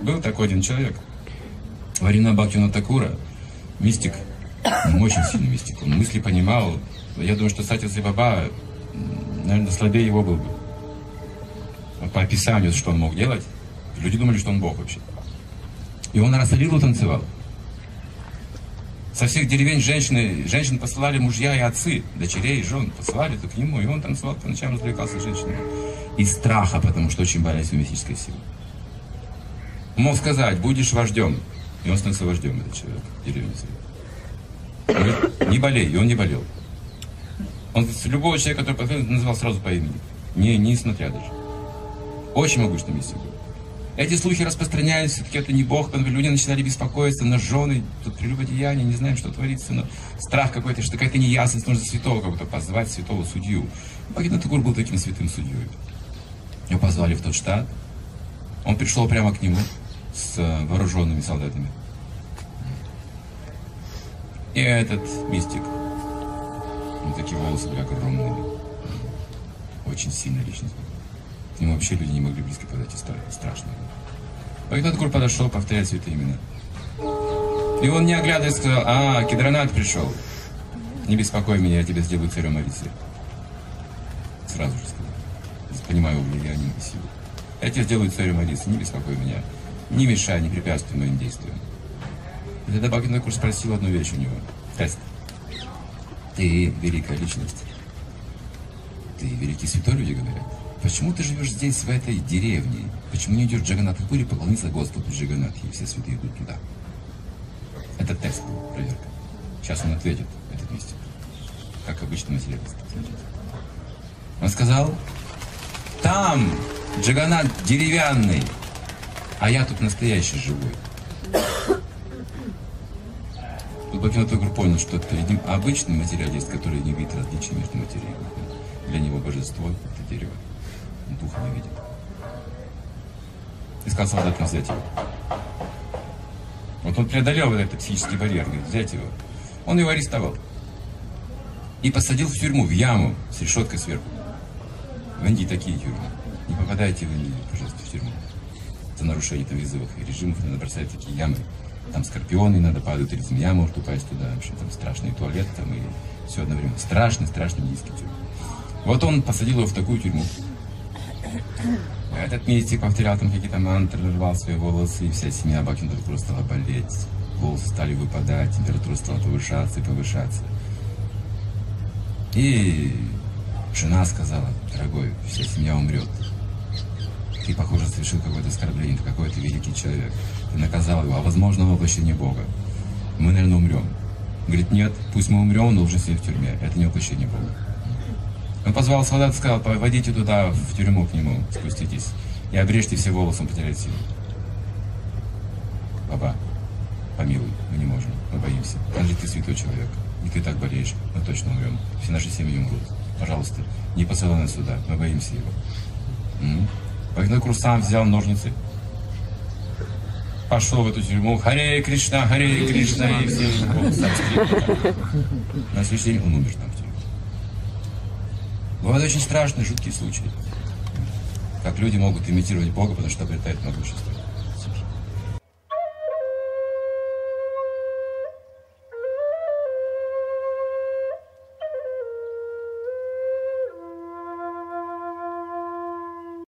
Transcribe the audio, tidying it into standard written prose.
Был такой один человек, Варина Бхактивинода Такура, мистик, очень сильный мистик. Он мысли понимал. Я думаю, что Сати Баба, наверное, слабее его был бы. По описанию, что он мог делать, люди думали, что он Бог вообще. И он Расалилу танцевал. Со всех деревень женщин посылали мужья и отцы, дочерей и жен, посылали к нему, и он танцевал по ночам, развлекался с женщинами. Из страха, потому что очень боялись его мистической силы. Он мог сказать, будешь вождем. И он становился вождем, этот человек, деревни. Не болей, и он не болел. Он любого человека, который подходил, называл сразу по имени. Не смотря даже. Очень могущественный мистик был. Эти слухи распространялись, все-таки это не Бог, люди начинали беспокоиться, на жены, тут прелюбодеяние, не знаем, что творится, но страх какой-то, что какая-то неясность, нужно святого как-то позвать, святого судью. Бхактивинода Такур был таким святым судьей. Его позвали в тот штат, он пришел прямо к нему с вооруженными солдатами. И этот мистик, такие волосы были огромные, очень сильная личность. К нему вообще люди не могли близко подойти, страшно. Бхактивинода Такур подошел, повторяет святые имена. И он, не оглядываясь, сказал, Кедранат пришел. Не беспокой меня, я тебя сделаю царем Ориссы. Сразу же сказал. Понимаю влияние и силу. Я тебя сделаю царем Ориссы, не беспокой меня. Не мешай, не препятствуй моим действиям. И тогда Бхактивинода Такур спросил одну вещь у него. Тест. Ты великая личность. Ты великий святой, люди говорят. Почему ты живешь здесь, в этой деревне? Почему не идешь в Джаганнат-Пури поклониться Господу Джаганнатхи, и все святые идут туда? Это тест был, проверка. Сейчас он ответит, этот мистик. Как обычно материалист. Он сказал, там Джаганнат деревянный, а я тут настоящий живой. Тут Бхактивинода Такур понял, что перед ним обычный материалист, который не видит различий между материей. Для него божество — это дерево. Он духа не видит. И сказал солдатам взять его. Вот он преодолел вот этот психический барьер, говорит, взять его. Он его арестовал. И посадил в тюрьму, в яму, с решеткой сверху. В Индии такие тюрьмы. Не попадайте в Индию, пожалуйста, в тюрьму. За нарушение там визовых режимов надо бросать такие ямы. Там скорпионы надо падают, или змея может упасть туда. В общем, там страшный туалет, там и все одновременно. Страшный индийский тюрьма. Вот он посадил его в такую тюрьму. Этот мистик повторял там какие-то мантры, рвал свои волосы, и вся семья Бхактивинода Такура стала болеть. Волосы стали выпадать, температура стала повышаться и повышаться. И жена сказала, дорогой, вся семья умрет. Ты, похоже, совершил какое-то оскорбление, ты какой-то великий человек. Ты наказал его, а возможно, воплощение Бога. Мы, наверное, умрем. Говорит, нет, пусть мы умрем, он должен сидеть в тюрьме. Это не воплощение Бога. Он позвал солдат и сказал, поводите туда, в тюрьму к нему, спуститесь. И обрежьте все волосы, он потеряет силу. Баба, помилуй, мы не можем, мы боимся. Даже ты святой человек, и ты так болеешь, мы точно умрем. Все наши семьи умрут. Пожалуйста, не посылай нас сюда, мы боимся его. Бхактивинода Такур сам взял ножницы, пошел в эту тюрьму, Харе Кришна, и все волосы обстрелили. На следующий день он умер там в тюрьме. Бывают очень страшные, жуткие случаи. Как люди могут имитировать Бога, потому что обретают могущество.